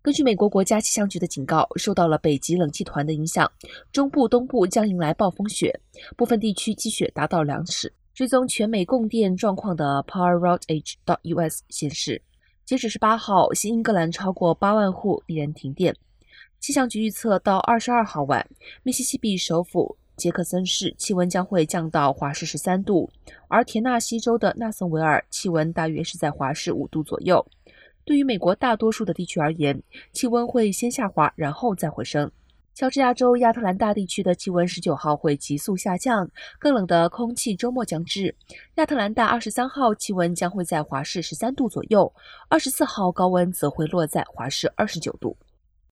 根据美国国家气象局的警告，受到了北极冷气团的影响，中部、东部将迎来暴风雪，部分地区积雪达到2尺。追踪全美供电状况的 PowerOutage.US 显示，截止18号，新英格兰超过8万户依然停电。气象局预测，到22号晚，密西西比首府杰克森市气温将会降到华氏13度，而田纳西州的纳森维尔气温大约是在华氏5度左右。对于美国大多数的地区而言，气温会先下滑，然后再回升。乔治亚州亚特兰大地区的气温19号会急速下降，更冷的空气周末将至。亚特兰大23号气温将会在华氏13度左右，24号高温则会落在华氏29度。